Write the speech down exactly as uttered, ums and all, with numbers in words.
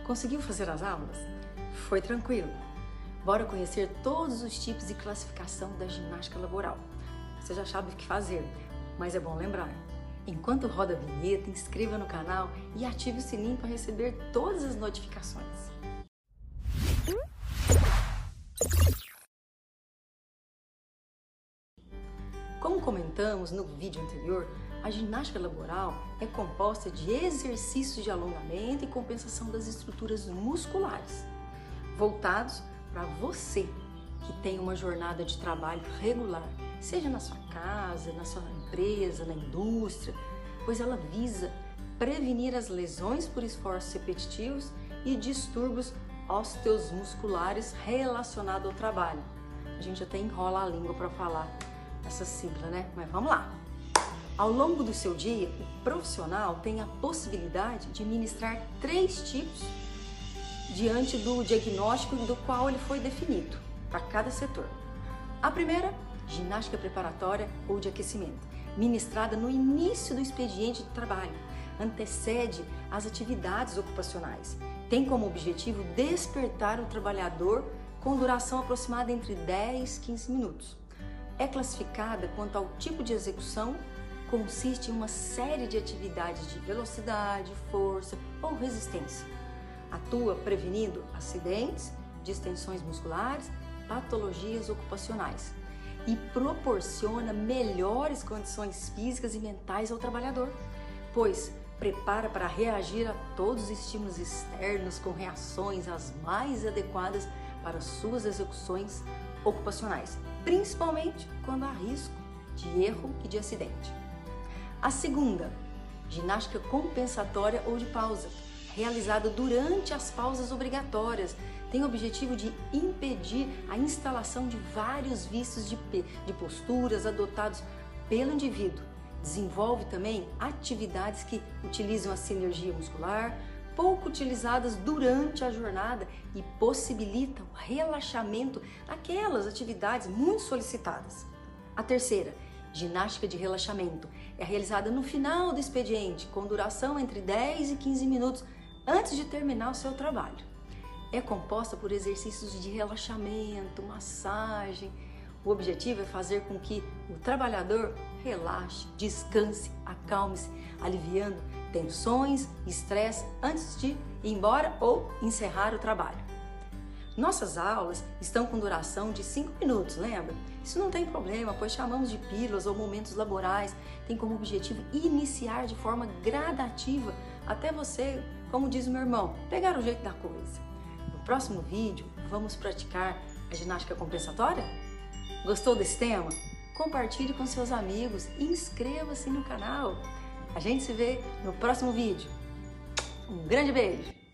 Conseguiu fazer as aulas? Foi tranquilo? Bora conhecer todos os tipos e classificação da ginástica laboral. Você já sabe o que fazer, mas é bom lembrar. Enquanto roda a vinheta, inscreva no canal e ative o sininho para receber todas as notificações. Como comentamos no vídeo anterior, a ginástica laboral é composta de exercícios de alongamento e compensação das estruturas musculares, voltados para você que tem uma jornada de trabalho regular, seja na sua casa, na sua empresa, na indústria, pois ela visa prevenir as lesões por esforços repetitivos e distúrbios osteomusculares relacionados ao trabalho. A gente até enrola a língua para falar essa sigla, né? Mas vamos lá! Ao longo do seu dia, o profissional tem a possibilidade de ministrar três tipos diante do diagnóstico do qual ele foi definido para cada setor. A primeira, ginástica preparatória ou de aquecimento, ministrada no início do expediente de trabalho, antecede as atividades ocupacionais. Tem como objetivo despertar o trabalhador com duração aproximada entre dez e quinze minutos. É classificada quanto ao tipo de execução, consiste em uma série de atividades de velocidade, força ou resistência. Atua prevenindo acidentes, distensões musculares, patologias ocupacionais e proporciona melhores condições físicas e mentais ao trabalhador, pois prepara para reagir a todos os estímulos externos com reações as mais adequadas para suas execuções ocupacionais, principalmente quando há risco de erro e de acidente. A segunda, ginástica compensatória ou de pausa, realizada durante as pausas obrigatórias, tem o objetivo de impedir a instalação de vários vícios de, de posturas adotados pelo indivíduo. Desenvolve também atividades que utilizam a sinergia muscular, pouco utilizadas durante a jornada e possibilitam o relaxamento daquelas atividades muito solicitadas. A terceira, ginástica de relaxamento, é realizada no final do expediente, com duração entre dez e quinze minutos antes de terminar o seu trabalho. É composta por exercícios de relaxamento, massagem. O objetivo é fazer com que o trabalhador relaxe, descanse, acalme-se, aliviando tensões, estresse antes de ir embora ou encerrar o trabalho. Nossas aulas estão com duração de cinco minutos, lembra? Isso não tem problema, pois chamamos de pílulas ou momentos laborais. Tem como objetivo iniciar de forma gradativa até você, como diz o meu irmão, pegar o jeito da coisa. No próximo vídeo, vamos praticar a ginástica compensatória? Gostou desse tema? Compartilhe com seus amigos e inscreva-se no canal. A gente se vê no próximo vídeo. Um grande beijo!